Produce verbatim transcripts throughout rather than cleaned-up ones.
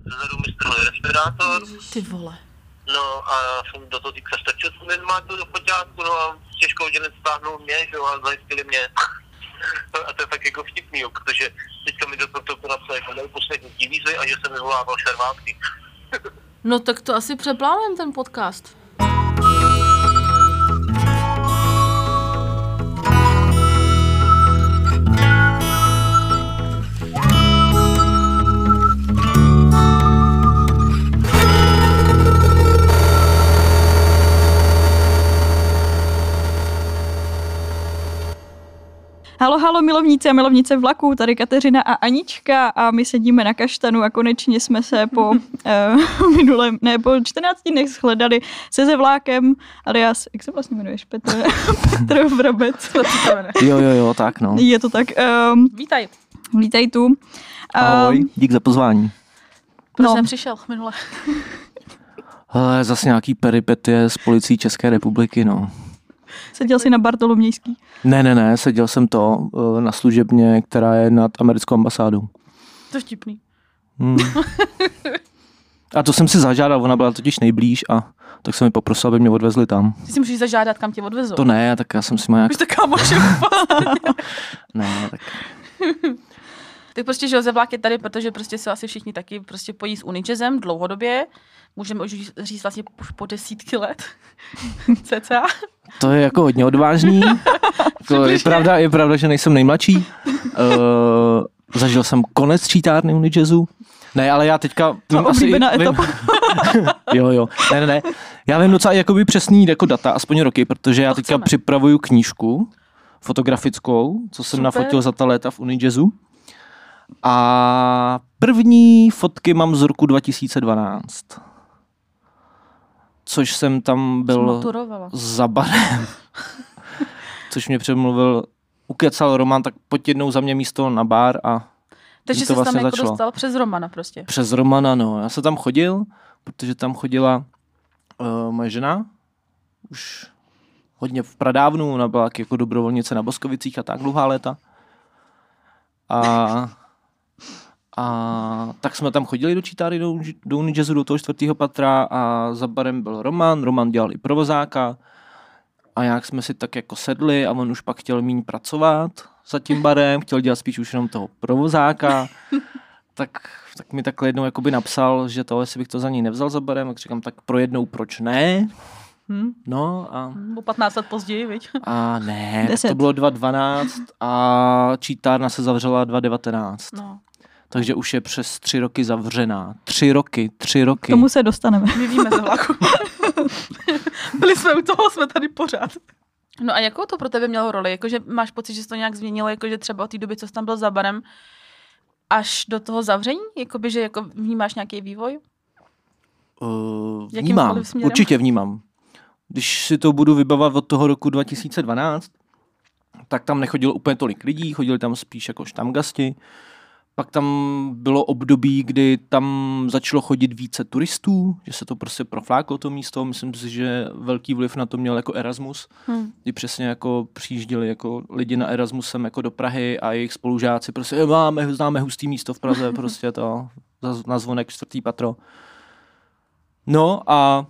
zezadu mi strhli respirátor. Ty vole. No a jsem do toho týka strčil jsem normálně do poťátku, no a těžko dělec stáhnul mě, že jo, a zajistili mě. A to je tak jako vtipný, jo, protože teďka mi do toho napsal jako neposlední výzvy a že jsem vyvolával šarvátky. No tak to asi přeplánujeme ten podcast. Halo, halo, milovníci a milovnice vlaků, tady Kateřina a Anička a my sedíme na kaštanu a konečně jsme se po uh, minulém, ne, po čtrnácti dnech shledali se ze vlákem, alias, jak se vlastně jmenuješ, Petr, Petr Vrabec. Jo, jo, jo, tak no. Je to tak. Um, Vítaj. Vítej tu. Um, Ahoj, dík za pozvání. Proč no. jsem přišel minule? Hele, zase nějaký peripetie s policií České republiky, no. Seděl jsi na Bartolomějský. Ne, ne, ne, seděl jsem to na služebně, která je nad americkou ambasádou. To je vtipný. Hmm. A to jsem si zažádal, ona byla totiž nejblíž a tak jsem mi poprosil, aby mě odvezli tam. Ty si můžeš zažádat, kam tě odvezou. To ne, tak já jsem si má jak... Už to kámošek. Ne, tak... Tak prostě, že Josef Vlák je tady, protože prostě se asi všichni taky prostě pojí s Unijazzem dlouhodobě. Můžeme už říct vlastně už po desítky let. Cca. To je jako hodně odvážný. To je pravda, je pravda, že nejsem nejmladší. Uh, zažil jsem konec čítárny Unijazzu. Ne, ale já teďka... To oblíbená asi, etapa. Vím, jo, jo. Ne, ne, ne. Já vím docela jakoby přesný jako data, aspoň roky, protože já To teďka chceme. připravuju knížku fotografickou, co jsem Super. nafotil za ta léta v Unijazzu. A první fotky mám z roku dva tisíce dvanáct. Což jsem tam byl Maturovala. za barem. Což mě přemluvil, ukecal Roman, tak pojď jednou za mě místo na bar a Takže to jsi vlastně tam jako začalo. dostal přes Romana prostě. Přes Romana, no. Já jsem tam chodil, protože tam chodila uh, moje žena, už hodně v pradávnu, ona byla jako dobrovolnice na Boskovicích a tak dlouhá léta. A, a tak jsme tam chodili do čítárny, do, do Unijazzu, do toho čtvrtého patra a za barem byl Roman, Roman dělal i provozáka a jak jsme si tak jako sedli a on už pak chtěl míň pracovat za tím barem, chtěl dělat spíš už jenom toho provozáka, tak, tak mi takhle jednou jakoby napsal, že to, jestli bych to za něj nevzal za barem, tak říkám, tak pro jednou proč ne? Hm? No a... O patnáct let později, viď? A ne, Deset. to bylo dva tisíce dvanáct a čítárna se zavřela dva tisíce devatenáct. No. Takže už je přes tři roky zavřená. Tři roky, tři roky. K tomu se dostaneme. My víme ze vlaku. Byli jsme u toho, jsme tady pořád. No a jakou to pro tebe mělo roli? Jakože máš pocit, že se to nějak změnilo, jakože třeba od té doby, co jsi tam byl za barem, až do toho zavření? Jakoby, že jako vnímáš nějaký vývoj? Uh, vnímám, Jakýmkoliv směrem? určitě vnímám. Když si to budu vybavovat od toho roku dva tisíce dvanáct, tak tam nechodilo úplně tolik lidí, chodili tam spíš jako štamgasti. Pak tam bylo období, kdy tam začalo chodit více turistů, že se to prostě profláklo to místo. Myslím si, že velký vliv na to měl jako Erasmus, Hmm. kdy přesně jako přijížděli jako lidi na Erasmusem jako do Prahy a jejich spolužáci prostě "E, máme, známe hustý místo v Praze, prostě to na zvonek čtvrtý patro. No a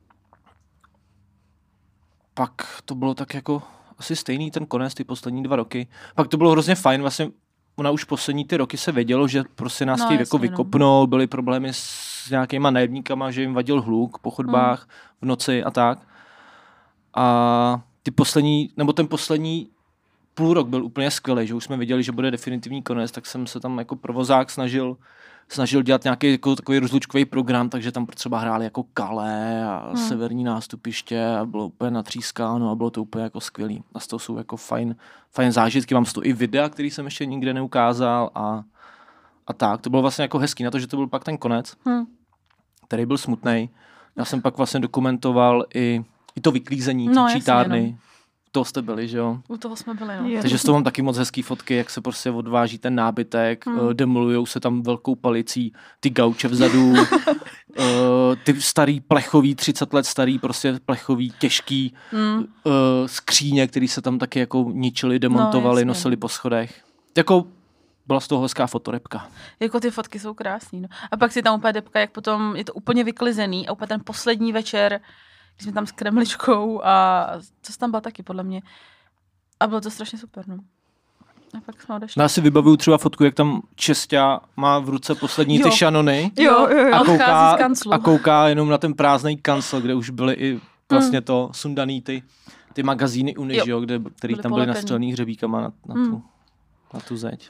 pak to bylo tak jako asi stejný ten konec, ty poslední dva roky. Pak to bylo hrozně fajn, vlastně ona už poslední ty roky se vědělo, že prostě nás No, chtějí jasně, jako no. vykopnou, byly problémy s nějakýma najemníkama, že jim vadil hluk po chodbách Hmm. v noci a tak. A ty poslední, nebo ten poslední půl rok byl úplně skvělý, že už jsme věděli, že bude definitivní konec, tak jsem se tam jako provozák snažil snažil dělat nějaký jako takový rozlučkový program, takže tam třeba hráli jako Calais a Hmm. severní nástupiště a bylo úplně natřískáno a bylo to úplně jako skvělý. A z toho jsou jako fajn, fajn zážitky, mám z toho i videa, který jsem ještě nikde neukázal a, a tak. To bylo vlastně jako hezký na to, že to byl pak ten konec, Hmm. který byl smutnej. Já jsem pak vlastně dokumentoval i, i to vyklízení, No, no, jasně, čítárny. no. To jste byli, že jo? U toho jsme byli, no. Je. Takže z toho mám taky moc hezký fotky, jak se prostě odváží ten nábytek, Hmm. hmm. demolujou se tam velkou palicí ty gauče vzadu, uh, ty starý plechový, třicet let starý, prostě plechový, těžký Hmm. uh, skříně, který se tam taky jako ničili, demontovali, No, jasně. nosili po schodech. Jako byla z toho hezká fotorepka. Jako ty fotky jsou krásný. No. A pak si tam úplně depka, jak potom je to úplně vyklizený a úplně ten poslední večer, když jsme tam s kremličkou a to tam byla taky podle mě. A bylo to strašně super, no. A pak jsme odešli. No, já si vybavuju třeba fotku, jak tam Česťa má v ruce poslední Jo. ty šanony Jo, jo, jo. a A odchází kouká, z kanclu. a kouká jenom na ten prázdný kancel, kde už byly i vlastně to sundaný ty, ty magazíny Uny, Jo. že jo, kde, který Byly tam byly polepený. nastřelený hřebíkama na, na, Mm. tu, na tu zeď.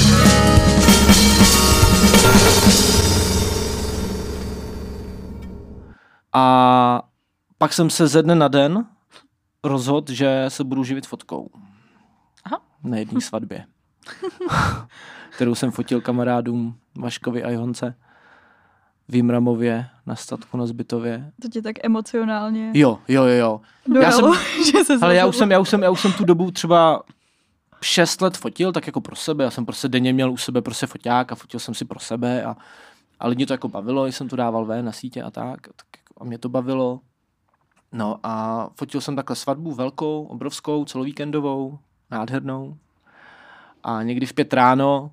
A pak jsem se ze dne na den rozhodl, že se budu živit fotkou. Aha. Na jedné svatbě, kterou jsem fotil kamarádům Vaškovi a Jonce v Jimramově na statku na Zbytově. To tě tak emocionálně Jo, jo, jo, jo. dojalo, že se Ale já už, rozhodl. jsem, já, už jsem, já už jsem tu dobu třeba šest let fotil, tak jako pro sebe. Já jsem prostě denně měl u sebe prostě foťák a fotil jsem si pro sebe a, a lidi to jako bavilo, jsem to dával ven na sítě a tak. tak jako, a mě to bavilo. No a fotil jsem takhle svatbu velkou, obrovskou, celovíkendovou, nádhernou. A někdy v pět ráno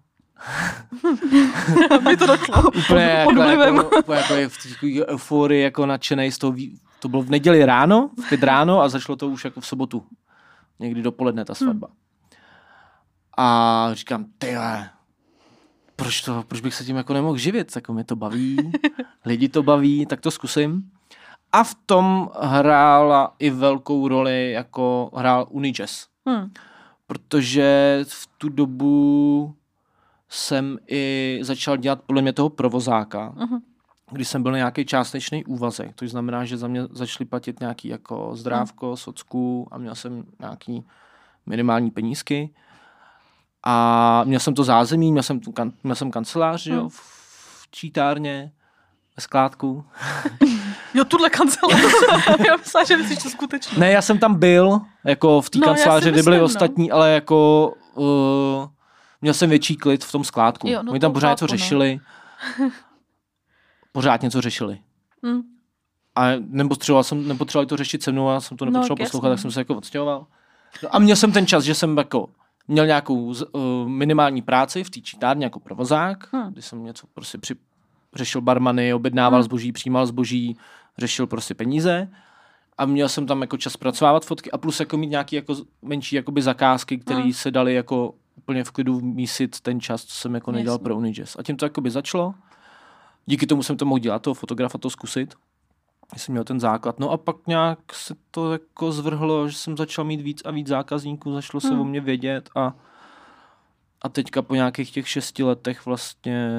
Aby to došlo. úplně jako, vlivem. jako, úplně jako je v takové euforii jako nadšenej z toho, ví- to bylo v neděli ráno, v pět ráno a začalo to už jako v sobotu. Někdy dopoledne ta svatba. A říkám, tyhle, proč, to, proč bych se tím jako nemohl živit? Jako mě to baví, lidi to baví, tak to zkusím. A v tom hrála i velkou roli, jako hrál Unijazz. Hmm. Protože v tu dobu jsem i začal dělat podle mě toho provozáka, Uh-huh. když jsem byl na nějaký částečný úvazek. To znamená, že za mě začaly platit nějaký jako zdrávko, socku a měl jsem nějaký minimální penízky. A měl jsem to zázemí, měl jsem, tu kan- měl jsem kancelář, jo, Hmm. v, v čítárně, ve skládku. Jo, tuhle kancelář. Já myslela, že myslíš to skutečně. Ne, já jsem tam byl, jako v té No, já kanceláři, si kde byli myslím, no. ostatní, ale jako uh, měl jsem větší klid v tom skládku. Jo, no Oni tam to pořád něco chápu, no. řešili. Pořád něco řešili. Hmm. A nepotřeboval jsem, nepotřeboval to řešit se mnou, a jsem to No, nepotřeboval jasně. poslouchat, tak jsem se jako odstěhoval. No a měl jsem ten čas, že jsem jako měl nějakou z- uh, minimální práci v té čítárně jako provozák, Hmm. kdy jsem něco prostě při, řešil barmany, objednával Hmm. zboží, přijímal zboží, řešil prostě peníze. A měl jsem tam jako čas zpracovávat fotky a plus jako mít nějaký jako z- menší jakoby zakázky, které Hmm. se daly jako úplně v klidu mísit ten čas, co jsem jako nedělal Jasně. pro Unijazz. A tím to jakoby začalo. Díky tomu jsem to mohl dělat, toho fotografa, to zkusit. Jsem měl ten základ. No a pak nějak se to jako zvrhlo, že jsem začal mít víc a víc zákazníků, začalo se Hmm. o mě vědět a, a teďka po nějakých těch šesti letech vlastně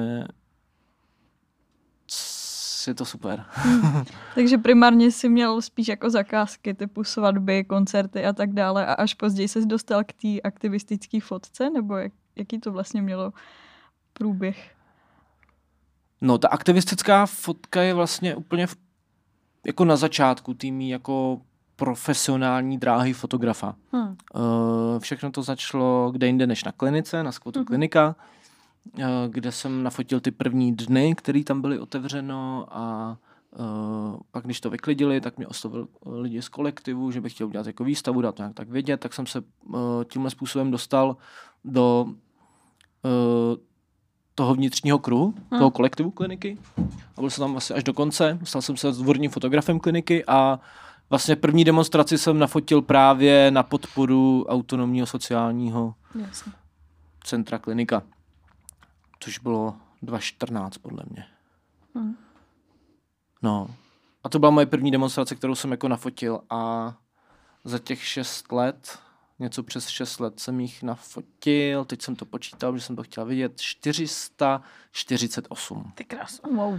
c- je to super. Takže primárně si měl spíš jako zakázky typu svatby, koncerty a tak dále a až později ses dostal k té aktivistické fotce, nebo jak, jaký to vlastně mělo průběh? No ta aktivistická fotka je vlastně úplně v, jako na začátku týmí jako profesionální dráhy fotografa. Hmm. Uh, všechno to začalo kde jinde než na klinice, na Skvotu Mhm. klinika, uh, kde jsem nafotil ty první dny, které tam byly otevřeno a uh, pak když to vyklidili, tak mě oslovil lidi z kolektivu, že bych chtěl udělat jako výstavu, dát to nějak tak vědět, tak jsem se uh, tímhle způsobem dostal do uh, toho vnitřního kruhu, Hmm. toho kolektivu kliniky a byl jsem tam asi až do konce, stal jsem se dvorním fotografem kliniky a vlastně první demonstraci jsem nafotil právě na podporu autonomního sociálního Jasně. centra klinika, což bylo dva tisíce čtrnáct podle mě. Hmm. No. A to byla moje první demonstrace, kterou jsem jako nafotil a za těch šest let, něco přes šest let jsem jich nafotil, teď jsem to počítal, že jsem to chtěl vidět, čtyři sta čtyřicet osm. Ty krásno. Wow.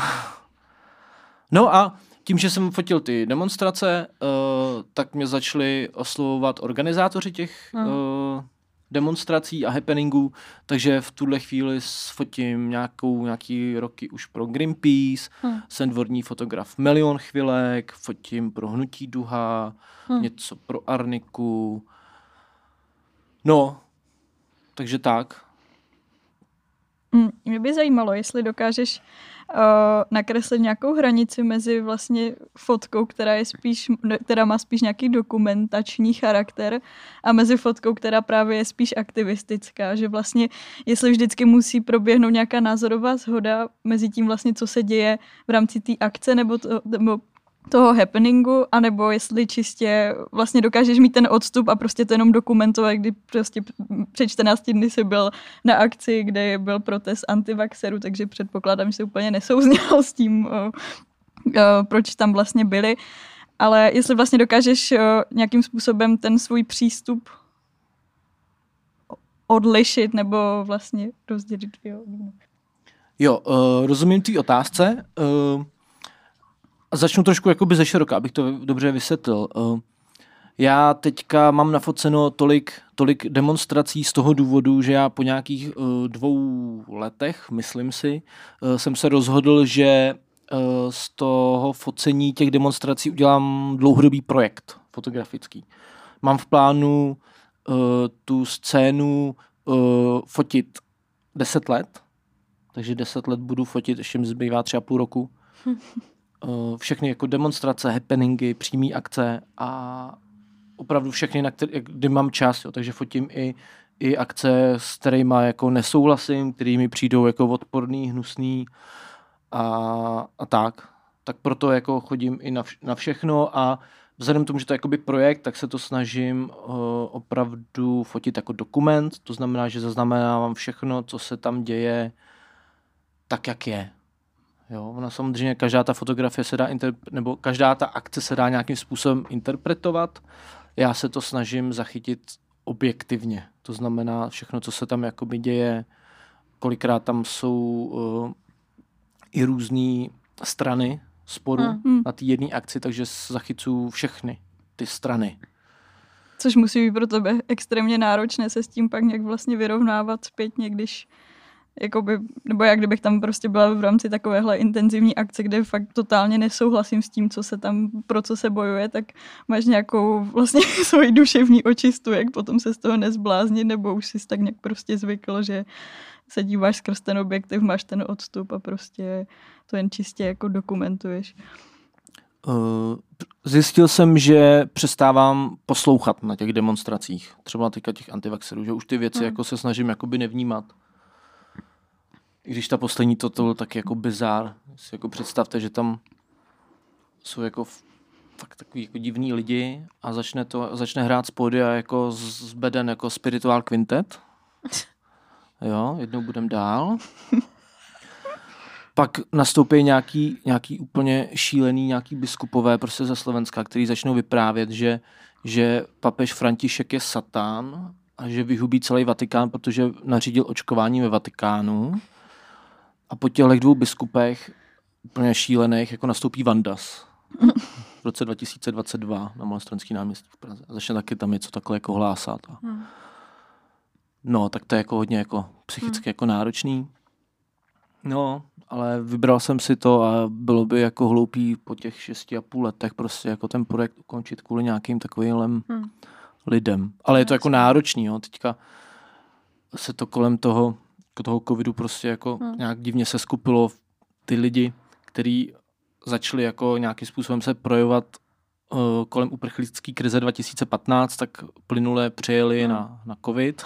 No a tím, že jsem fotil ty demonstrace, uh, tak mě začali oslovovat organizátoři těch Hmm. uh, demonstrací a happeningů, takže v tuhle chvíli fotím nějakou, nějaký roky už pro Greenpeace, Hmm. jsem dvorní fotograf Milion chvilek, fotím pro Hnutí Duha, Hmm. něco pro Arniku. No, takže tak. Mm, Mě by zajímalo, jestli dokážeš nakreslit nějakou hranici mezi vlastně fotkou, která je spíš, která má spíš nějaký dokumentační charakter a mezi fotkou, která právě je spíš aktivistická, že vlastně jestli vždycky musí proběhnout nějaká názorová shoda mezi tím vlastně, co se děje v rámci té akce nebo, to, nebo toho happeningu, anebo jestli čistě vlastně dokážeš mít ten odstup a prostě to jenom dokumentovat, kdy prostě před čtrnácti dny jsi byl na akci, kde byl protest antivaxerů, takže předpokládám, že se úplně nesouzněl s tím, uh, uh, proč tam vlastně byli. Ale jestli vlastně dokážeš uh, nějakým způsobem ten svůj přístup odlišit nebo vlastně rozdělit. Jo, jo uh, rozumím té otázce. Uh... Začnu trošku jakoby ze široka, abych to dobře vysvětlil. Já teďka mám nafoceno tolik, tolik demonstrací z toho důvodu, že já po nějakých dvou letech, myslím si, jsem se rozhodl, že z toho focení těch demonstrací udělám dlouhodobý projekt fotografický. Mám v plánu tu scénu fotit deset let, takže deset let budu fotit, ještě mi zbývá tři a půl roku. Všechny jako demonstrace, happeningy, přímý akce a opravdu všechny, na který, kdy mám čas, jo, takže fotím i, i akce, s kterými jako nesouhlasím, který mi přijdou jako odporný, hnusný a, a tak. Tak proto jako chodím i na, vš- na všechno a vzhledem k tomu, že to je jakoby projekt, tak se to snažím uh, opravdu fotit jako dokument, to znamená, že zaznamenávám všechno, co se tam děje tak, jak je. Jo, ona samozřejmě každá ta fotografie se dá, interp- nebo každá ta akce se dá nějakým způsobem interpretovat. Já se to snažím zachytit objektivně. To znamená všechno, co se tam jakoby děje, kolikrát tam jsou uh, i různé strany sporu hmm. na té jedné akci, takže zachycuju všechny ty strany. Což musí být pro tebe extrémně náročné se s tím pak nějak vlastně vyrovnávat zpětně, když jakoby, nebo jak kdybych tam prostě byla v rámci takovéhle intenzivní akce, kde fakt totálně nesouhlasím s tím, co se tam, pro co se bojuje, tak máš nějakou vlastně svoji duševní očistu, jak potom se z toho nezbláznit, nebo už jsi tak nějak prostě zvykl, že se díváš skrz ten objektiv, máš ten odstup a prostě to jen čistě jako dokumentuješ. Zjistil jsem, že přestávám poslouchat na těch demonstracích, třeba teďka těch antivaxerů, že už ty věci hmm. jako se snažím jakoby nevnímat. I když ta poslední to bylo tak jako bizár. Si jako představte, že tam jsou jako fakt takový jako divní lidi a začne, to, začne hrát z pódia jako z beden jako Spiritual Quintet. Jo, jednou budem dál. Pak nastoupí nějaký, nějaký úplně šílený, nějaký biskupové prostě ze Slovenska, který začnou vyprávět, že, že papež František je satán a že vyhubí celý Vatikán, protože nařídil očkování ve Vatikánu. A po těchto dvou biskupech úplně šílených jako nastoupí Vandas v roce dva tisíce dvacet dva na Malostranský náměstí v Praze. A začne taky tam něco takhle jako hlásat. Hmm. No, tak to je jako hodně jako psychicky hmm. jako náročný. No, ale vybral jsem si to a bylo by jako hloupý po těch šesti a půl letech prostě jako ten projekt ukončit kvůli nějakým takovým hmm. lidem. Ale je to jako náročný, jo. Teďka se to kolem toho toho covidu prostě jako hmm. nějak divně se skupilo ty lidi, kteří začali jako nějakým způsobem se projevovat uh, kolem uprchlické krize dva tisíce patnáct, tak plynule přejeli hmm. na, na covid.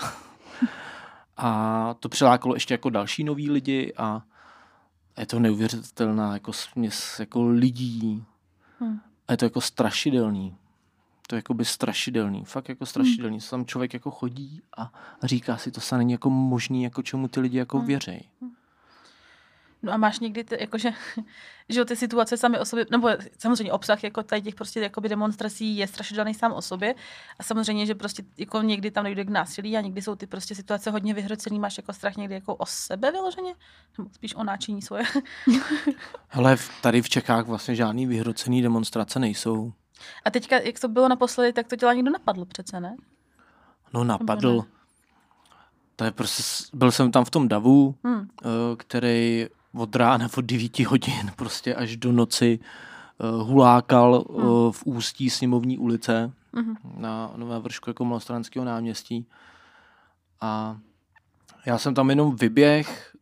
A to přilákalo ještě jako další noví lidi a je to neuvěřitelná jako směs jako lidí. Hmm. A je to jako strašidelný. To je jakoby strašidelný, fakt jako strašidelný. Hmm. Tam člověk jako chodí a, a říká si, to se není jako možný, jako čemu ty lidi jako věří. No a máš někdy, ty, jakože, že ty situace sami o sobě, nebo samozřejmě obsah jako tady těch prostě jakoby demonstrací je strašidelný sám o sobě a samozřejmě, že prostě jako někdy tam dojde k násilí a někdy jsou ty prostě situace hodně vyhrocený, máš jako strach někdy jako o sebe vyloženě, nebo spíš o náčiní svoje. Hele, tady v Čechách vlastně žádný vyhrocený demonstrace nejsou. A teďka, jak to bylo naposledy, tak to těla někdo napadl přece, ne? No napadl. To je prostě, byl jsem tam v tom davu, hmm. který od rána od devíti hodin prostě až do noci hulákal hmm. v ústí Sněmovní ulice hmm. na Nové vršku jako Malostranského náměstí. A já jsem tam jenom vyběh,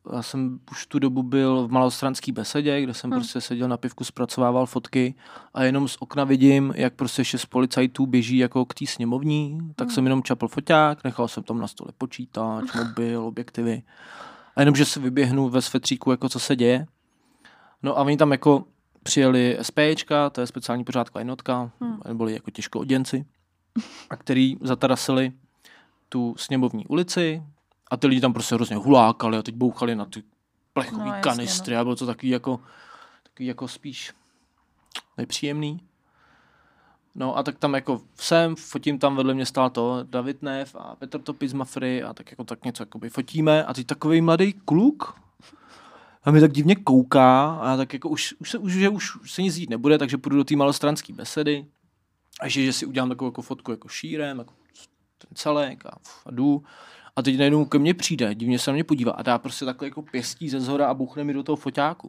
já jsem už tu dobu byl v Malostranský besedě, kde jsem hmm. prostě seděl na pivku, zpracovával fotky a jenom z okna vidím, jak prostě šest policajtů běží jako k té sněmovní, tak hmm. jsem jenom čapl foťák, nechal jsem tam na stole počítač, mobil, objektivy a jenom, že se vyběhnu ve svetříku, jako co se děje. No a oni tam jako přijeli SPčka, to je speciální pořádková jednotka, hmm. byli jako těžkooděnci, a který zatarasili tu sněmovní ulici a ty lidi tam prostě hrozně hulákali a teď bouchali na ty plechový no, kanistry no. a bylo to takový jako, takový jako spíš nepříjemný. No a tak tam jako jsem, fotím tam, vedle mě stál to David Nev a Petr Topic z Mafry a tak jako tak něco jakoby fotíme a teď takovej mladý kluk a mi tak divně kouká a tak jako už, už, se, už, že už se nic dít nebude, takže půjdu do té malostranské besedy a že, že si udělám takovou jako fotku jako šírem, jako ten celek a, a jdu. A teď najednou ke mně přijde, divně se na mě podívá a dá prostě takhle jako pěstí ze zhora a bouchne mi do toho foťáku.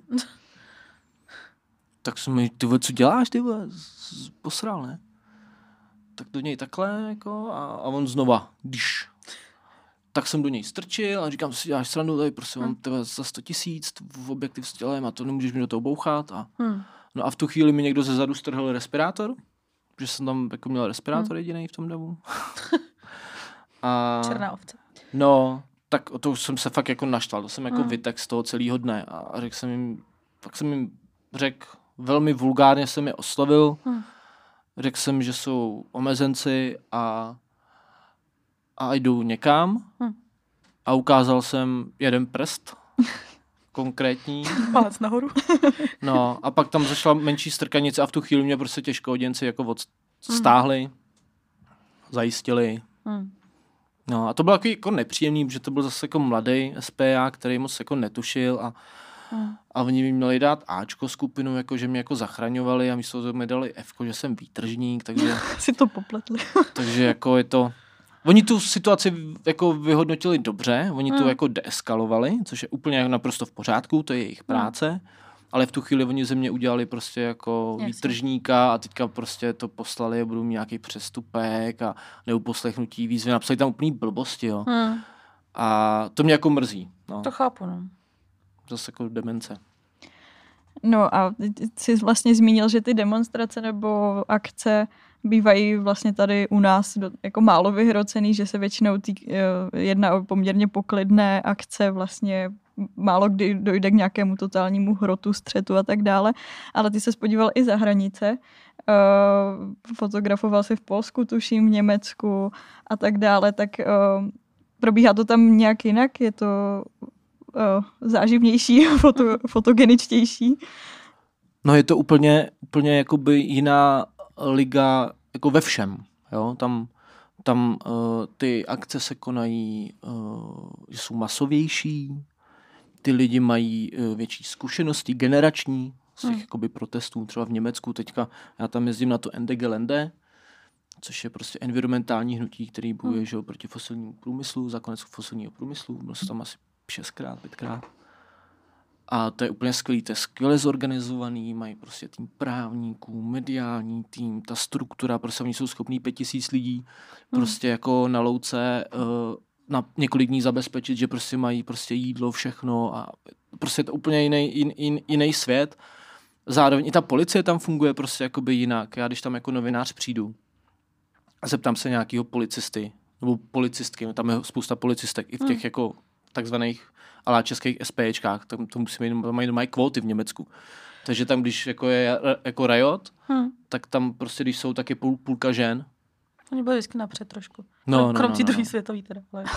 Tak jsem mi, ty vole, co děláš, ty vole, posral, ne? Tak do něj takhle, jako, a, a on znova, když. Tak jsem do něj strčil a říkám, si děláš srandu, tady prostě mám tebe za sto tisíc v objektiv s tělem a to nemůžeš mi do toho bouchat. A, hmm. No a v tu chvíli mi někdo ze zadu strhl respirátor, protože jsem tam jako měl respirátor hmm. jedinej v tom davu. A, černá ovce. No, tak o to už jsem se fakt jako naštval, to jsem jako hmm. vytek z toho celého dne a řekl jsem jim, tak jsem jim řekl, velmi vulgárně jsem je oslovil, hmm. řekl jsem, že jsou omezenci a, a jdou někam hmm. a ukázal jsem jeden prst, konkrétní. Palec nahoru. No a pak tam zašla menší strkanice a v tu chvíli mě prostě těžkooděnci jako odstáhli, hmm. zajistili. Hmm. No a to bylo jako nepříjemný, protože to byl zase jako mladý S P A, který moc jako netušil a, hmm. a oni mi měli dát Ačko skupinu, jako, že mě jako zachraňovali a místo toho mi dali Fko, že jsem výtržník, takže... si to popletli. Takže jako je to... Oni tu situaci jako vyhodnotili dobře, oni hmm. to jako deeskalovali, což je úplně naprosto v pořádku, to je jejich práce. Hmm. Ale v tu chvíli oni ze mě udělali prostě jako Jasně. výtržníka a teďka prostě to poslali a budou mít nějaký přestupek a neuposlechnutí výzvy. Napsali tam úplný blbosti, jo. Hmm. A to mě jako mrzí. No. To chápu, no. Zase jako demence. No a jsi vlastně zmínil, že ty demonstrace nebo akce bývají vlastně tady u nás do, jako málo vyhrocený, že se většinou tý, jedná o poměrně poklidné akce, vlastně málo kdy dojde k nějakému totálnímu hrotu, střetu a tak dále, ale ty se spodíval i za hranice, uh, fotografoval si v Polsku, tuším, v Německu a tak dále, tak uh, probíhá to tam nějak jinak? Je to uh, záživnější, foto, fotogeničtější? No je to úplně, úplně jakoby jiná liga jako ve všem, jo, tam tam uh, ty akce se konají, uh, jsou masovější, ty lidi mají uh, větší zkušenosti, generační z těch hmm. jakoby protestů, třeba v Německu teďka, já tam jezdím na to Ende Gelände, což je prostě environmentální hnutí, který bojuje hmm. že, proti fosilnímu průmyslu, za konec fosilního průmyslu, byl jsem tam asi šestkrát, pětkrát. A to je úplně skvělý, to je skvěle zorganizovaný, mají prostě tým právníků, mediální tým, ta struktura, prostě oni jsou schopní pět tisíc lidí hmm. prostě jako na louce uh, na několik dní zabezpečit, že prostě mají prostě jídlo, všechno a prostě je to úplně jiný, jin, jin, jiný svět. Zároveň i ta policie tam funguje prostě jakoby jinak. Já když tam jako novinář přijdu a zeptám se nějakého policisty nebo policistky, tam je spousta policistek i v těch hmm. jako takzvaných ale českých SPčkách, tam to musí mít, mají, mají kvóty v Německu. Takže tam, když jako je jako riot, hmm. tak tam prostě, když jsou taky půl, půlka žen. Oni byli vždycky napřed trošku. No, Krom no, tí no, druhý no. světový teda. Ale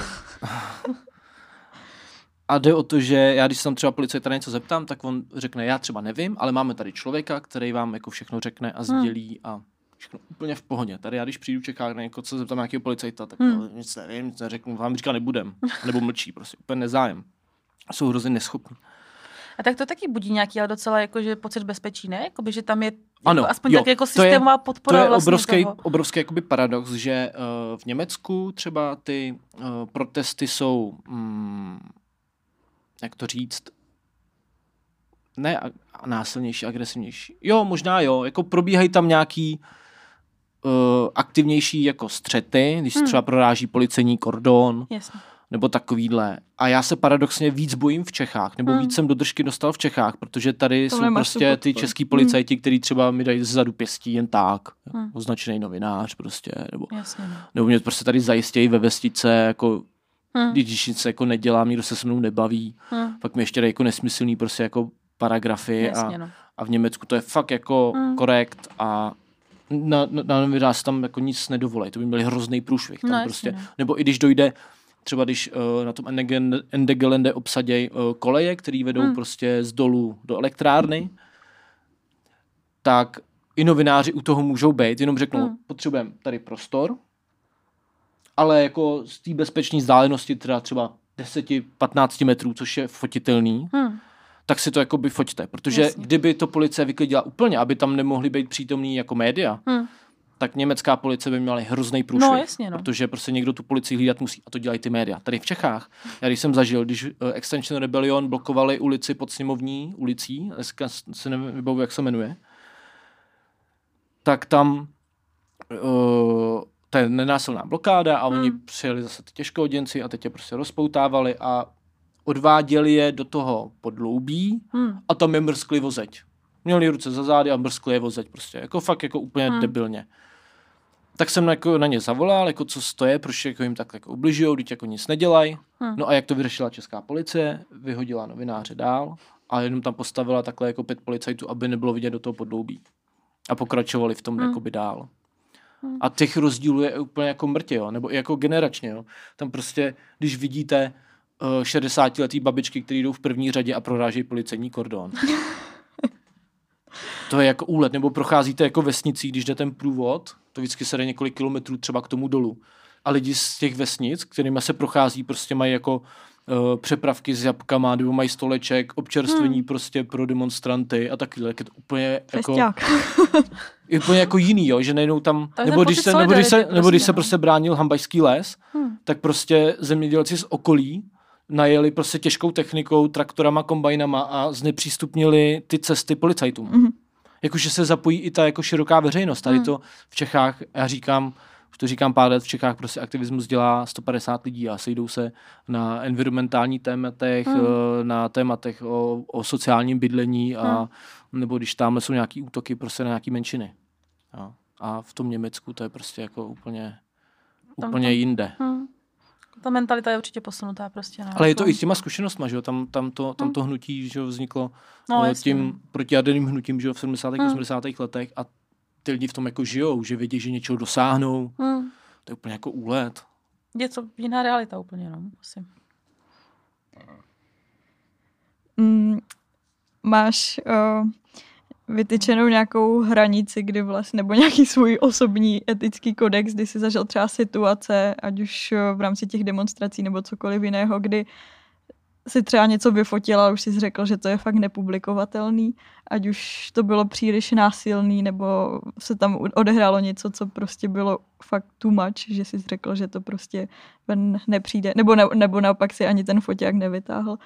A jde o to, že já, když se tam třeba policajta něco zeptám, tak on řekne, já třeba nevím, ale máme tady člověka, který vám jako všechno řekne a sdělí a všechno úplně v pohodě. Tady já, když přijdu v Čechách na někoho, co zeptám nějakého policajta, tak hmm. no, nic nevím, nic neřeknu, vám říká nebudem. Nebo mlčí, prostě úplně nezájem. Jsou hrozně neschopní. A tak to taky budí nějaký, ale docela jakože pocit bezpečí, ne? Jakoby, že tam je ano, jako aspoň jo, tak jako systémová je, podpora. To je vlastně obrovský, toho. obrovský jakoby paradox, že uh, v Německu třeba ty uh, protesty jsou, um, jak to říct, ne a, a násilnější, agresivnější. Jo, možná jo, jako probíhají tam nějaký uh, aktivnější jako střety, když hmm. třeba proráží policejní kordon. Jasně. nebo takovýhle. A já se paradoxně víc bojím v Čechách, nebo Hmm. víc jsem do držky dostal v Čechách, protože tady To jsou nemáš prostě tu ty podporu. český policajti, kteří třeba mi dají zezadu pěstí jen tak, Hmm. označený novinář prostě, nebo, Jasně, no. nebo mě prostě tady zajistějí ve vestice, jako Hmm. když nic jako nedělám, nikdo se se mnou nebaví, Hmm. pak mi ještě dají jako nesmyslný prostě jako paragrafy Jasně, a, no. a v Německu to je fakt jako Hmm. korekt a na, na, na novinář tam jako nic nedovolej, to by měli hrozný průšvih. Tam No, prostě, jasně, no. nebo i když dojde, třeba když uh, na tom Endegen- Endegelände obsaděj uh, koleje, které vedou Hmm. prostě z dolů do elektrárny, tak i novináři u toho můžou být, jenom řeknou, Hmm. potřebujeme tady prostor, ale jako z té bezpečné vzdálenosti, teda třeba deset patnáct metrů, což je fotitelný, Hmm. tak si to jakoby foťte. Protože Jasně. kdyby to policie vyklidila úplně, aby tam nemohli být přítomní jako média, Hmm. tak německá policie by měla hrozný průšvih. No, jasně, no. Protože prostě někdo tu policii hlídat musí a to dělají ty média. Tady v Čechách, já když jsem zažil, když uh, Extinction Rebellion blokovali ulici pod Sněmovní ulicí, dneska se nevybavuji, jak se jmenuje, tak tam uh, to je nenásilná blokáda a oni Hmm. přijeli zase ty těžkoděnci a teď je prostě rozpoutávali a odváděli je do toho podloubí Hmm. a tam je mrskli vozeď. Měli ruce za zády a mrskli je vozeď prostě. Jako fakt jako úplně Hmm. debilně. Tak jsem jako na ně zavolal, jako co stoje, proč jako jim tak jako ubližujou, teď jako nic nedělají. Hmm. No a jak to vyřešila česká policie, vyhodila novináře dál a jenom tam postavila takhle jako pět policajtů, aby nebylo vidět do toho podloubí. A pokračovali v tom Hmm. jakoby dál. Hmm. A těch rozdílů je úplně jako mrtě, jo, nebo i jako generačně, jo. Tam prostě, když vidíte uh, šedesátiletý babičky, které jdou v první řadě a prorážejí policejní kordon. To je jako úlet, nebo procházíte jako vesnicí, když jde ten průvod, to vždycky se jde několik kilometrů třeba k tomu dolu. A lidi z těch vesnic, kterými se prochází, prostě mají jako uh, přepravky s jabkama, nebo mají stoleček, občerstvení Hmm. prostě pro demonstranty a takhle. Je to úplně jako, Festiák. je úplně jako jiný, jo, že nejdou tam, To je nebo ten když, pocit se, nebo když se, solidarity nebo když prostě, se no. prostě bránil Hambajský les, Hmm. tak prostě zemědělci z okolí najeli prostě těžkou technikou, traktorama, kombajnama a znepřístupnili ty cesty policajtům. Mhm. Jakože se zapojí i ta jako široká veřejnost. Tady Hmm. to v Čechách, já říkám, už to říkám pár let, v Čechách prostě aktivismus dělá sto padesát lidí a sejdou se na environmentální tématech, Hmm. eh, na tématech o, o sociálním bydlení a Hmm. nebo když tam jsou nějaký útoky prostě na nějaký menšiny. Jo. A v tom Německu to je prostě jako úplně, Tam- úplně tam- jinde. Hmm. Ta mentalita je určitě posunutá prostě. No. Ale je to Jako- i s těma zkušenostma, že jo, tam, tam, to, tam to hnutí, že jo, vzniklo No, eh, jasně, no. tím protiaderným hnutím, že jo, v sedmdesátých Hmm. osmdesátých letech a ty lidi v tom jako žijou, že vědí, že něčeho dosáhnou, Hmm. to je úplně jako úlet. Je to jiná realita úplně, no. Asi. Mm, máš uh, vytyčenou nějakou hranici, kdy vlastně, nebo nějaký svůj osobní etický kodex, kdy jsi zažil třeba situace, ať už uh, v rámci těch demonstrací nebo cokoliv jiného, kdy si třeba něco vyfotil a už jsi řekl, že to je fakt nepublikovatelný, ať už to bylo příliš násilný, nebo se tam odehrálo něco, co prostě bylo fakt too much, že jsi řekl, že to prostě ven nepřijde, nebo, ne, nebo naopak si ani ten foťák nevytáhl.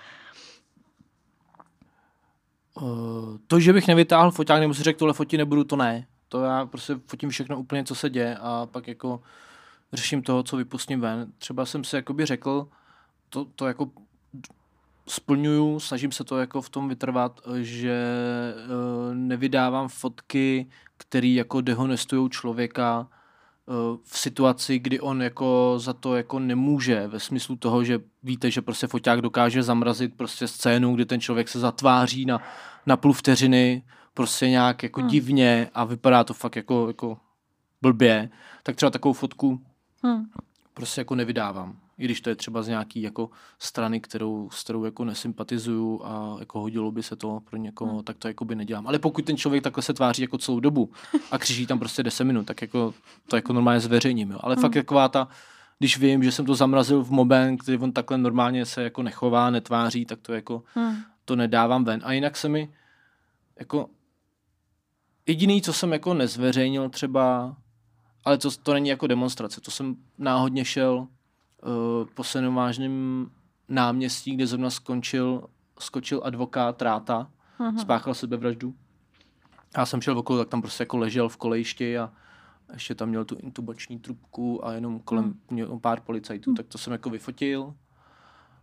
Uh, to, že bych nevytáhl foťák, nebo si řekl, tohle fotí nebudu, to ne. To já prostě fotím všechno úplně, co se děje a pak jako řeším toho, co vypustím ven. Třeba jsem si jakoby řekl, to, to jako splňuju, snažím se to jako v tom vytrvat, že uh, nevydávám fotky, které jako dehonestují člověka uh, v situaci, kdy on jako za to jako nemůže, ve smyslu toho, že víte, že prostě foťák dokáže zamrazit prostě scénu, kdy ten člověk se zatváří na, na půl vteřiny, prostě nějak jako Hmm. divně a vypadá to fakt jako, jako blbě, tak třeba takovou fotku Hmm. prostě jako nevydávám. I když to je třeba z nějaký jako strany, kterou, s kterou jako nesympatizuju a jako hodilo by se to pro někoho, Hmm. tak to jako by nedělám. Ale pokud ten člověk takhle se tváří jako celou dobu a křiží tam prostě deset minut, tak jako to jako normálně zveřejním. Jo. Ale Hmm. fakt taková ta, když vím, že jsem to zamrazil v moment, kdy on takhle normálně se jako nechová, netváří, tak to jako Hmm. to nedávám ven. A jinak se mi jako jediný, co jsem jako nezveřejnil třeba, ale to, to není jako demonstrace, to jsem náhodně šel uh, po Senovážném náměstí, kde zrovna skončil, skočil advokát Ráta, Mhm. spáchal sebevraždu. Já jsem šel okolo, tak tam prostě jako ležel v kolejišti a ještě tam měl tu intubační trubku a jenom kolem Hmm. měl pár policajtů, tak to jsem jako vyfotil.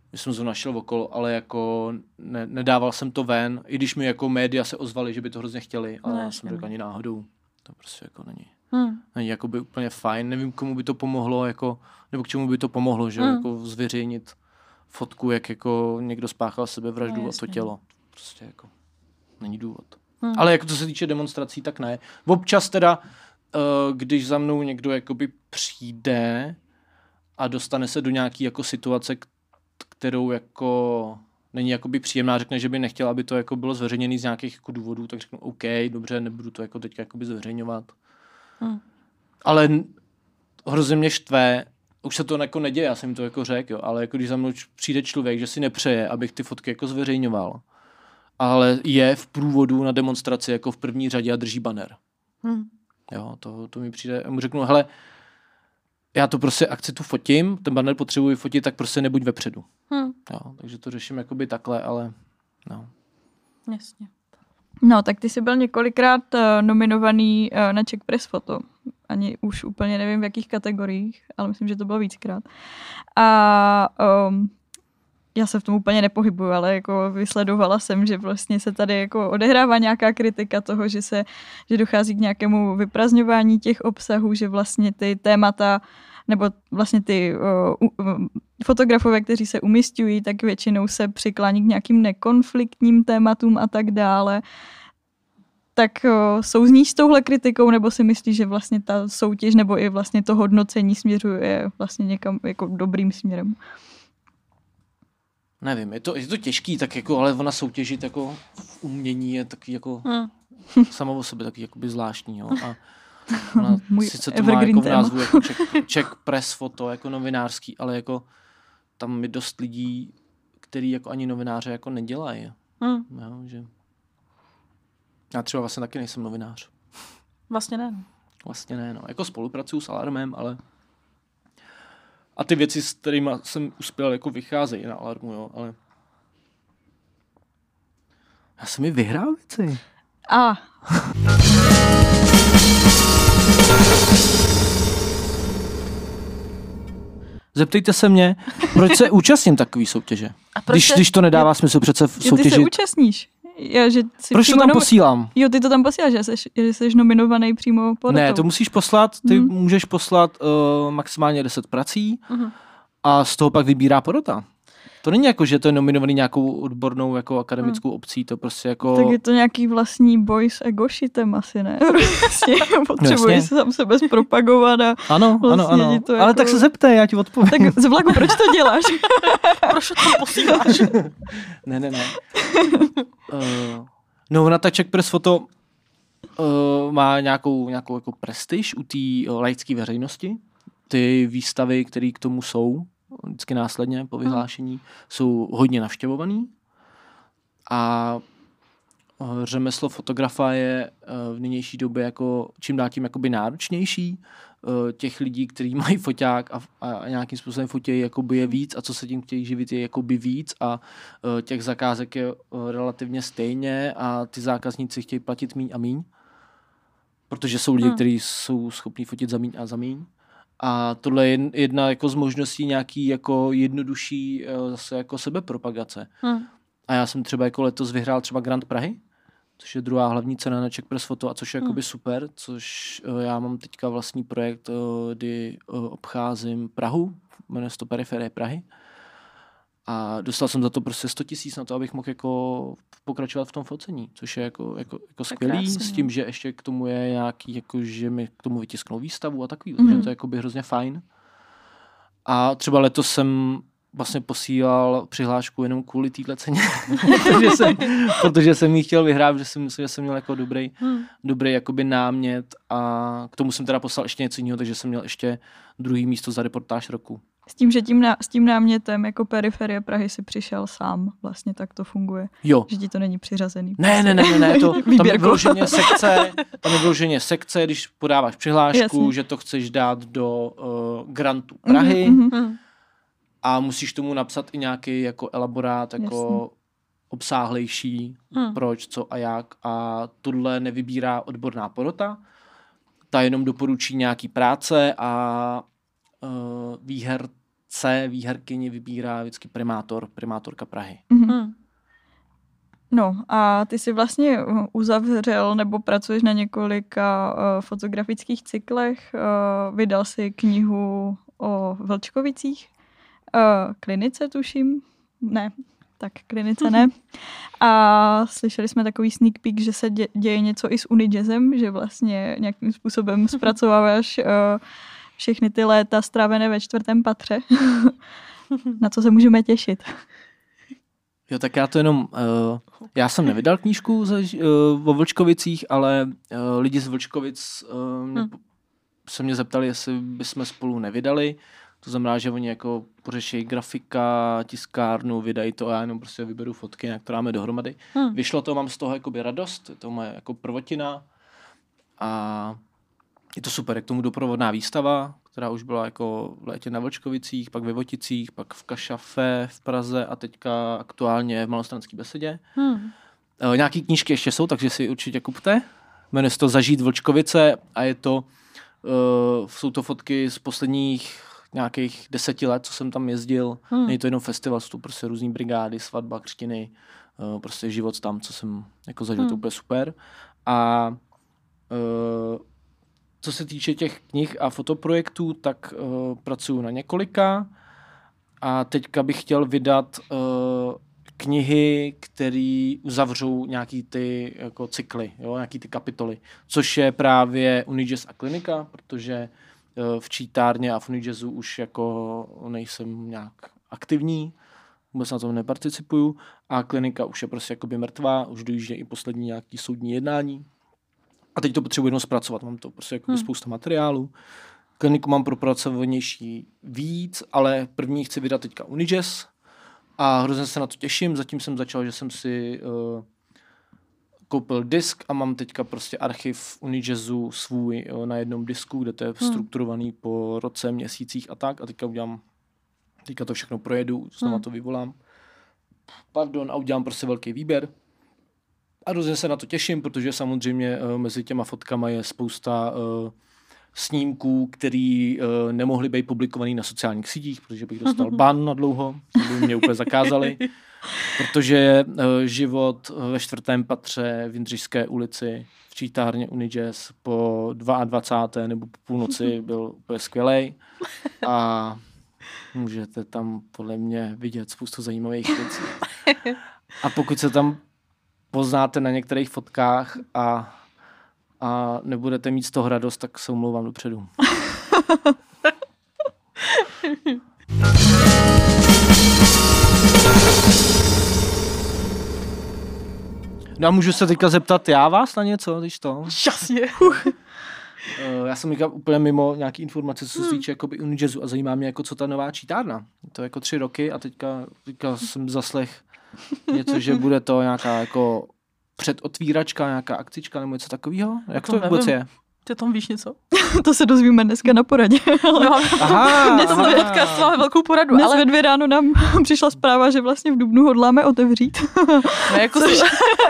že jsem to našel okolo, ale jako ne, nedával jsem to ven, i když mi jako média se ozvali, že by to hrozně chtěli, ale No, já jasně. jsem řekl ani náhodou. To prostě jako není. Hmm. Není jakoby úplně fajn, nevím, komu by to pomohlo, jako, nebo k čemu by to pomohlo, že Hmm. jako zveřejnit fotku, jak jako někdo spáchal sebevraždu No, a to jasně. tělo. Prostě jako není důvod. Hmm. Ale jako co se týče demonstrací, tak ne. Občas teda, uh, když za mnou někdo jakoby přijde a dostane se do nějaký jako situace, k- kterou jako není jakoby příjemná, řekne, že by nechtěl, aby to jako bylo zveřejněné z nějakých jako důvodů, tak řeknu OK, dobře, nebudu to jako teď jakoby zveřejňovat. Hmm. Ale n- hrozně mě štve, už se to jako neděje, já jsem jim to jako řekl, jo, ale jako když za mnou č- přijde člověk, že si nepřeje, abych ty fotky jako zveřejňoval, ale je v průvodu na demonstraci jako v první řadě a drží banner. Hmm. Jo, to, to mi přijde, a mu řeknu, hele, já to prostě akci tu fotím, ten banner potřebuji fotit, tak prostě nebuď vepředu. Hmm. Jo, takže to řeším jakoby takhle, ale no. Jasně. No, tak ty jsi byl několikrát uh, nominovaný uh, na Czech Press Photo. Ani už úplně nevím v jakých kategoriích, ale myslím, že to bylo víckrát. A um, já se v tom úplně nepohybuju, ale jako vysledovala jsem, že vlastně se tady jako odehrává nějaká kritika toho, že se že dochází k nějakému vyprazňování těch obsahů, že vlastně ty témata nebo vlastně ty uh, uh, fotografové, kteří se umisťují, tak většinou se přiklání k nějakým nekonfliktním tématům a tak dále. Tak uh, souzníš s touhle kritikou, nebo si myslíš, že vlastně ta soutěž nebo i vlastně to hodnocení směřuje vlastně někam jako dobrým směrem? Nevím, je to, je to těžký, tak jako, ale ona soutěžit jako v umění je taky jako Hmm. sama o sobě taky jakoby zvláštní, jo. A ona Můj sice to má evergreen jako v téma. názvu jako Czech, Czech Press Photo, jako novinářský, ale jako tam je dost lidí, který jako ani novináře jako nedělají. Hmm. Jo, že... Já třeba vlastně taky nejsem novinář. Vlastně ne. no. Vlastně ne, no. Jako spolupracuju s Alarmem, ale a ty věci, s kterými jsem uspěl, jako vycházejí na Alarmu, jo, ale já jsem mi vyhrál věci. A Zeptejte se mě, proč se účastním takový soutěže. A proč Když, se- když to nedává smysl přece v jo, ty se soutěži. účastníš. Já, že jsi Proč to přímo tam nomi- posílám? Jo, ty to tam posíláš, že jsi, že jsi nominovaný přímo porotou. Ne, to musíš poslat, ty Hmm. můžeš poslat uh, maximálně deset prací Mhm. a z toho pak vybírá porota. To není jako, že to je nominovaný nějakou odbornou jako akademickou obcí, to prostě jako... Tak je to nějaký vlastní boj s egošitem asi, ne? Prostě potřebuješ Jasně. se sám sebe zpropagovat a Ano, vlastně ano, ano. ti to Ale jako- tak se zeptej, já ti odpovím. tak z vlaku, proč to děláš? Proč to tam posíláš? Ne, ne, ne. uh, no, ona ta Czech Press Photo uh, má nějakou, nějakou jako prestiž u té uh, laické veřejnosti. Ty výstavy, které k tomu jsou, vždycky následně po vyhlášení, jsou hodně navštěvovaný. A uh, řemeslo fotografa je uh, v nynější době jako čím dál tím jakoby náročnější. Uh, těch lidí, kteří mají foťák a, a nějakým způsobem fotějí, jakoby je víc a co se tím chtějí živit, je jakoby víc a uh, těch zakázek je uh, relativně stejně a ty zákazníci chtějí platit míň a míň, protože jsou lidi, Hmm. kteří jsou schopní fotit za míň a za míň. A tohle je jedna jako z možností nějaký jako jednodušší uh, zase jako sebepropagace. Hmm. A já jsem třeba jako letos vyhrál třeba Grand Prahy, což je druhá hlavní cena na Czech Press Photo a což je Hmm. jakoby super, což uh, já mám teďka vlastní projekt, uh, kdy uh, obcházím Prahu, jmenuje se to Periferie Prahy. A dostal jsem za to prostě sto tisíc na to, abych mohl jako pokračovat v tom focení, což je jako, jako, jako skvělý, krásný, s no. tím, že ještě k tomu je nějaký, jako, že mi k tomu vytisknou výstavu a takový, Mhm. takže to je jakoby hrozně fajn. A třeba letos jsem vlastně posílal přihlášku jenom kvůli téhle ceně, protože, jsem, protože jsem ji chtěl vyhrát, že jsem myslel, že jsem měl jako dobrý, Hmm. dobrý jakoby námět a k tomu jsem teda poslal ještě něco jiného, takže jsem měl ještě druhý místo za reportáž roku. S tím, že tím ná, s tím námětem jako periferie Prahy si přišel sám, vlastně tak to funguje. Jo. Že ti to není přiřazený. Ne, ne, ne, ne, ne, to, tam je Výběrko. vyloženě sekce, tam je vyloženě sekce, když podáváš přihlášku, Jasně. že to chceš dát do uh, grantu Prahy Mhm, mhm. Hmm. a musíš tomu napsat i nějaký jako elaborát, jako Jasně. obsáhlejší, Hmm. proč, co a jak. A tohle nevybírá odborná porota, ta jenom doporučí nějaký práce a uh, výher C výherkyni vybírá vždycky primátor, primátorka Prahy. Mm-hmm. No a ty jsi vlastně uzavřel nebo pracuješ na několika uh, fotografických cyklech. Uh, vydal si knihu o Vlčkovicích, uh, klinice tuším, ne, tak klinice ne. A slyšeli jsme takový sneak peek, že se dě, děje něco i s Unijazzem, že vlastně nějakým způsobem zpracováváš uh, všechny ty léta strávené ve čtvrtém patře. Na co se můžeme těšit? Jo, tak já to jenom, uh, já jsem nevydal knížku za, uh, o Vlčkovicích, ale uh, lidi z Vlčkovic uh, mě, hmm. se mě zeptali, jestli bychom spolu nevydali. To znamená, že oni jako pořeší grafika, tiskárnu, vydají to a já jenom prostě vyberu fotky, jak to dáme dohromady. Hmm. Vyšlo to, mám z toho jakoby radost, to moje jako prvotina a je to super, je k tomu doprovodná výstava, která už byla jako v létě na Vlčkovicích, pak ve Voticích, pak v Kašafe v Praze a teďka aktuálně v Malostranské besedě. Hmm. E, nějaký knížky ještě jsou, takže si určitě kupte. Jmenuje se to Zažít Vlčkovice a je to, e, jsou to fotky z posledních nějakých deseti let, co jsem tam jezdil. Hmm. Není to jenom festival, jsou to prostě různý brigády, svatba, křtiny, e, prostě život tam, co jsem jako zažil, hmm. to úplně super. A e, co se týče těch knih a fotoprojektů, tak uh, pracuji na několika a teďka bych chtěl vydat uh, knihy, které uzavřou nějaký ty jako cykly, jo, nějaký ty kapitoly, což je právě Unijazz a klinika, protože uh, v čítárně a v Unijazzu už jako nejsem nějak aktivní, vůbec na tom neparticipuju a klinika už je prostě jakoby mrtvá, už dojíždějí i poslední nějaký soudní jednání. A teď to potřebuji jenom zpracovat, mám to prostě jako hmm. spousta materiálu. Kliniku mám propracovanější víc, ale první chci vydat teďka Unijazz a hrozně se na to těším. Zatím jsem začal, že jsem si uh, koupil disk a mám teďka prostě archiv Unijazzu svůj uh, na jednom disku, kde to je hmm. strukturovaný po roce, měsících a tak. A teďka udělám, teďka to všechno projedu, znova hmm. to vyvolám. Pardon, a udělám prostě velký výběr. A hrozně se na to těším, protože samozřejmě uh, mezi těma fotkama je spousta uh, snímků, který uh, nemohly být publikovaný na sociálních sítích, protože bych dostal ban na dlouho, by mě úplně zakázali, protože uh, život ve čtvrtém patře v Jindřišské ulici v čítárně Unijazz po dvacáté druhé nebo po půlnoci byl úplně skvělej a můžete tam podle mě vidět spoustu zajímavých věcí. A pokud se tam poznáte na některých fotkách a, a nebudete mít z toho radost, tak se omlouvám dopředu. No a můžu se teďka zeptat já vás na něco, když to? Jasně. Já jsem říkal úplně mimo nějaký informace, co se týče jakoby Unijazzu a zajímá mě, jako co ta nová čítárna. To je jako tři roky a teďka, teďka jsem zaslech něco, že bude to nějaká jako předotvíračka, nějaká akcička nebo něco takového? Jak to, to vůbec je? Ty tam víš něco? To se dozvíme dneska na poradě. Ale... No, aha, dnes aha. podcast máme velkou poradu. Dnes ale... ve dvě ráno nám přišla zpráva, že vlastně v dubnu hodláme otevřít. No, jako Což...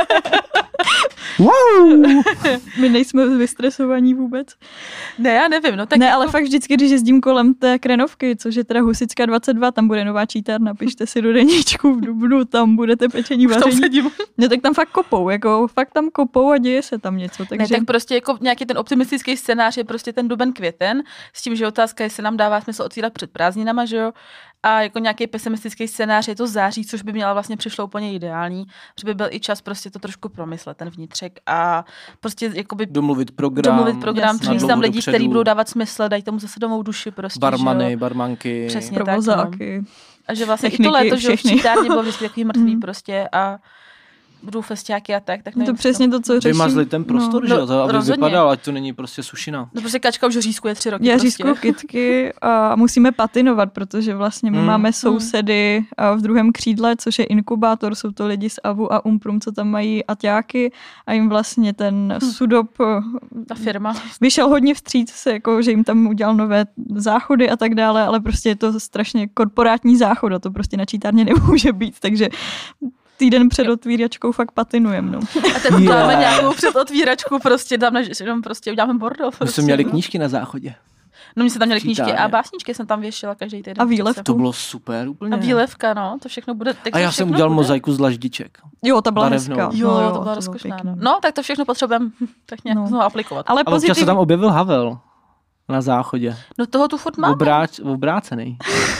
Wow! My nejsme vystresovaní vůbec. Ne, já nevím. No, tak ne, jako... ale fakt vždycky, když jezdím kolem té Krenovky, což je teda Husická dvacet dva, tam bude nová čítárna, pište si do deníčku v dubnu, tam budete pečení vaření. No tak tam fakt kopou, jako fakt tam kopou a děje se tam něco. Takže... Ne, tak prostě jako nějaký ten optimistický scénář je prostě ten duben květen, s tím, že otázka, jestli nám dává smysl otvírat před prázdninama, že jo? A jako nějaký pesimistický scénář je to září, což by měla vlastně přišlo úplně ideální, že by byl i čas prostě to trošku promyslet, ten vnitřek a prostě jakoby domluvit program, domluvit program, přinést tam lidi, kteří budou dávat smysl, dají tomu zase domů duši prostě, barmany, barmanky, přesně provozáky. Tak, no. A že vlastně techniky, i to léto, že v čítárně bylo vždycky takový mrtvý mm. prostě a budou festiáky a tak. tak nevím, to přesně to, co řeším. Vymazli ten prostor, no. že jo, to aby vypadal, ať to není prostě sušina. No prostě Kačka už řízkuje tři roky. Já prostě. řízkuju kytky a musíme patinovat, protože vlastně my mm. máme sousedy v druhém křídle, což je inkubátor, jsou to lidi z A V U a Umprum, co tam mají aťáky a jim vlastně ten mm. Sudop ta firma vyšel hodně vstříc, se, jako, že jim tam udělal nové záchody a tak dále, ale prostě je to strašně korporátní záchod a to prostě na čítárně nemůže být, takže týden před otvíračkou fakt patinujem, no. A teď yeah. dáme nějakou před otvíračku, prostě dáme, jenom prostě uděláme bordel. My jsme měli knížky na záchodě. No mě se tam měly Čítárně. knížky a básničky jsem tam věšila každý týden. A výlev To bylo super úplně. A výlevka, no, to všechno bude. Tak A já to jsem všechno udělal bude. mozaiku z dlaždiček. Jo, ta byla Barevnou. hezká. Jo, no, jo, to byla rozkošná. No. no, tak to všechno potřebujeme tak nějak No. znovu aplikovat. Ale A občas se pozitivní, tam objevil Havel na záchodě. No toho tu furt máme. Obráč, obrácený.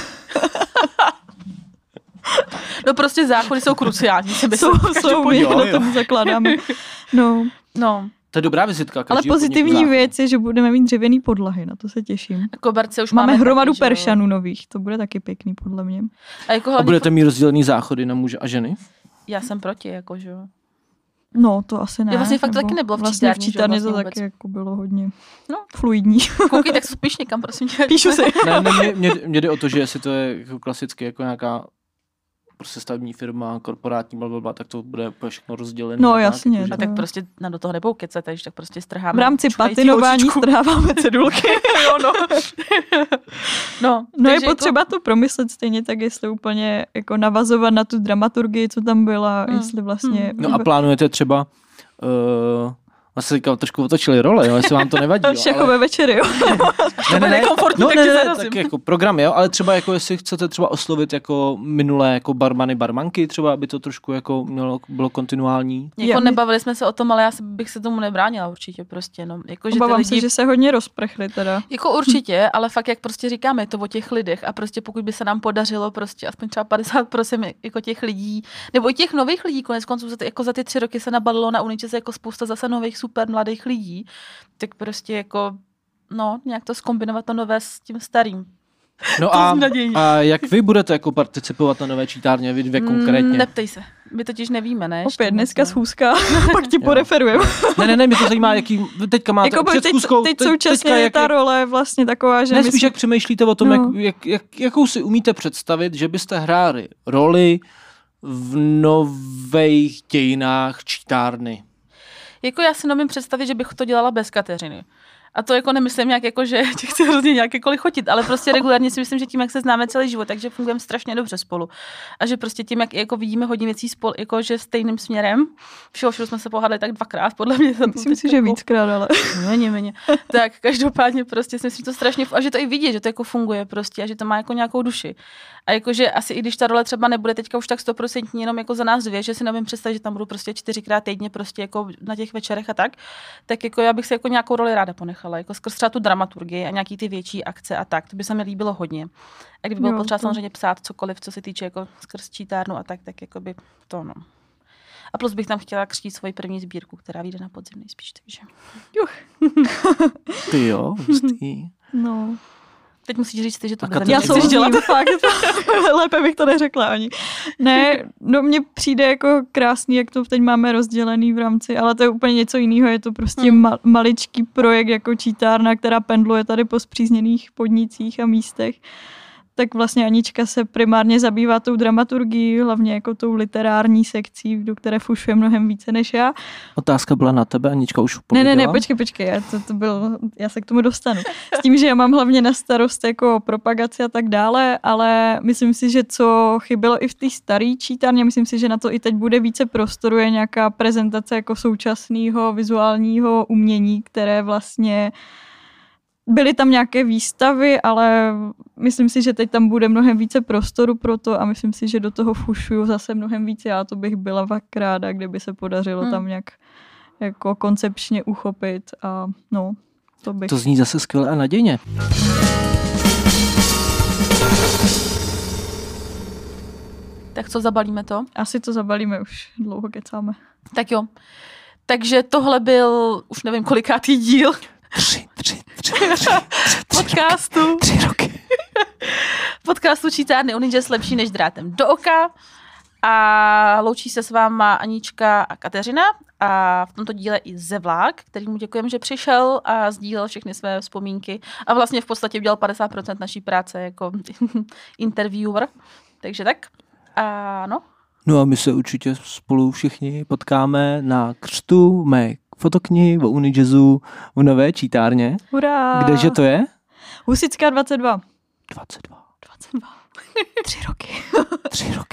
No prostě záchody jsou kruciální. Si jsou, jsou my podíval, na jo. tom zakládáme. No, No, To je dobrá vizitka. ale každýho pozitivní podniku věc je, že budeme mít dřevěný podlahy, na to se těším. koberce už Máme, máme hromadu taky, že jo. peršanů nových, to bude taky pěkný podle mě. A jako A hlavně budete mít rozdělený záchody na muže a ženy? já jsem proti, jako, že jo. No, to asi ne. Jo, vlastně fakt to nebo taky nebylo v Vlastně v čítárně, že jo, čítárně to vlastně taky vůbec. jako bylo hodně No. fluidní. Koukej, tak spíš někam, prosím tě. Píšu si. Ne, ne, mě, mě, mě jde o to, že jestli to je jako klasicky jako nějaká prostě stavební firma, korporátní, blablabla, tak to bude úplně všechno rozdělené. No, tak, jasně, jako, že- A tak prostě na do toho nebou kecat, takže tak prostě strháme. V rámci čuchající patinování holčičku. strháváme cedulky. Jo, no. no, No je takže potřeba to promyslet stejně tak, jestli úplně jako navazovat na tu dramaturgii, co tam byla, Hmm. jestli vlastně... No a plánujete třeba uh, vlastně říkám, trošku otočili role, jo, jestli vám to nevadí. Jo, Šachové večery, jo. ne, ne, ne, nekomfortní, no, tak ne, tě ne, zarazím. tak jako program, jo, ale třeba jako jestli chcete třeba oslovit jako minulé jako barmany, barmanky, třeba aby to trošku jako mělo, bylo kontinuální. Jako Já- nebavili jsme se o tom, ale já si- bych se tomu nebránila určitě prostě, no. Jako, že ty Obávám lidi, se, že se hodně rozprchli teda. Jako určitě, ale fakt jak prostě říkáme, je to o těch lidech a prostě pokud by se nám podařilo prostě aspoň třeba padesát procent jako těch lidí, nebo i těch nových lidí, konec konců za ty, jako za ty tři roky se nabalilo na Uničese jako spousta zase nových super mladých lidí, tak prostě jako no, nějak to zkombinovat to nové s tím starým. No To a, zní nadějně. a jak vy budete jako participovat na nové čítárně, vy dvě konkrétně? Mm, neptej se, my totiž nevíme, ne? ještě Opět moc, dneska no. schůzka, pak ti Jo. poreferujeme. Ne, ne, ne, mě to zajímá, jaký, vy teďka máte Jako před teď, schůzkou, teď te- současně teďka je jak, ta role vlastně taková, že ne, my spíš jsme- jak přemýšlíte o tom, No. jak, jak, jak, jakou si umíte představit, že byste hráli roli v nových dějinách čítárny. Jako já si nemůžu představit, že bych to dělala bez Kateřiny. A to jako nemyslím nějak jako, že tě chci hrozně nějak jakkoliv chotit, ale prostě regulárně si myslím, že tím, jak se známe celý život, takže fungujeme strašně dobře spolu. A že prostě tím, jak jako vidíme hodně věcí spolu, jako že stejným směrem, všeho, všeho jsme se pohádali tak dvakrát, podle mě. Myslím si, že víckrát, ale... Méně, méně. Tak každopádně prostě si myslím, že to strašně, a že to i vidí, že to jako funguje prostě a že to má jako nějakou duši. A jakože asi i když ta role třeba nebude teďka už tak stoprocentní jenom jako za nás dvě, že si nevím představit, že tam budu prostě čtyřikrát týdně prostě jako na těch večerech a tak, tak jako já bych si jako nějakou roli ráda ponechala, jako skrz třeba tu dramaturgii a nějaký ty větší akce a tak, to by se mi líbilo hodně. A kdyby bylo Jo, potřeba to- samozřejmě psát cokoliv, co se týče jako skrz čítárnu a tak, tak jako by to no. A plus bych tam chtěla křtít svoji první sbírku, která vyjde na podzim nejspíš, takže. Ty jo, hustý. No. Teď musíš říct ty, že to A bude Kateřina, Já ty chceš souhlasím, dělat. fakt. Lépe bych to neřekla ani. Ne, no mně přijde jako krásný, jak to teď máme rozdělený v rámci, ale to je úplně něco jiného, je to prostě Hmm. ma- maličký projekt jako čítárna, která pendluje tady po spřízněných podnicích a místech. Tak vlastně Anička se primárně zabývá tou dramaturgií, hlavně jako tou literární sekcí, do které fušuje mnohem více než já. Otázka byla na tebe, Anička už Ne, pověděla. ne, ne, počkej, počkej, já, to, to byl, já se k tomu dostanu. S tím, že já mám hlavně na starost jako propagaci a tak dále, ale myslím si, že co chybělo i v té staré čítárně, myslím si, že na to i teď bude více prostoru, je nějaká prezentace jako současného vizuálního umění, které vlastně byly tam nějaké výstavy, ale myslím si, že teď tam bude mnohem více prostoru pro to a myslím si, že do toho fušuju zase mnohem více. Já to bych byla fakt ráda, kdyby se podařilo Hmm. tam nějak jako koncepčně uchopit a no, to bych... To zní zase skvěle a nadějně. Tak co, zabalíme to? Asi to zabalíme, už dlouho kecáme. Tak jo. Takže tohle byl, už nevím kolikátý díl Tři, tři, tři, tři, tři, podcastu. tři roky. Podcastu Čítárny Uninja lepší než drátem do oka. A loučí se s váma Anička a Kateřina a v tomto díle i Zevlák, kterýmu děkujeme, že přišel a sdílel všechny své vzpomínky a vlastně v podstatě udělal padesát procent naší práce jako interviewer. Takže tak. A no. No a my se určitě spolu všichni potkáme na křtu mé fotoknihy o Unijazzu v nové čítárně. Hurá! Kdeže to je? Husická dvacet dva. dvacet dva. dvacet dva. Tři roky. Tři roky.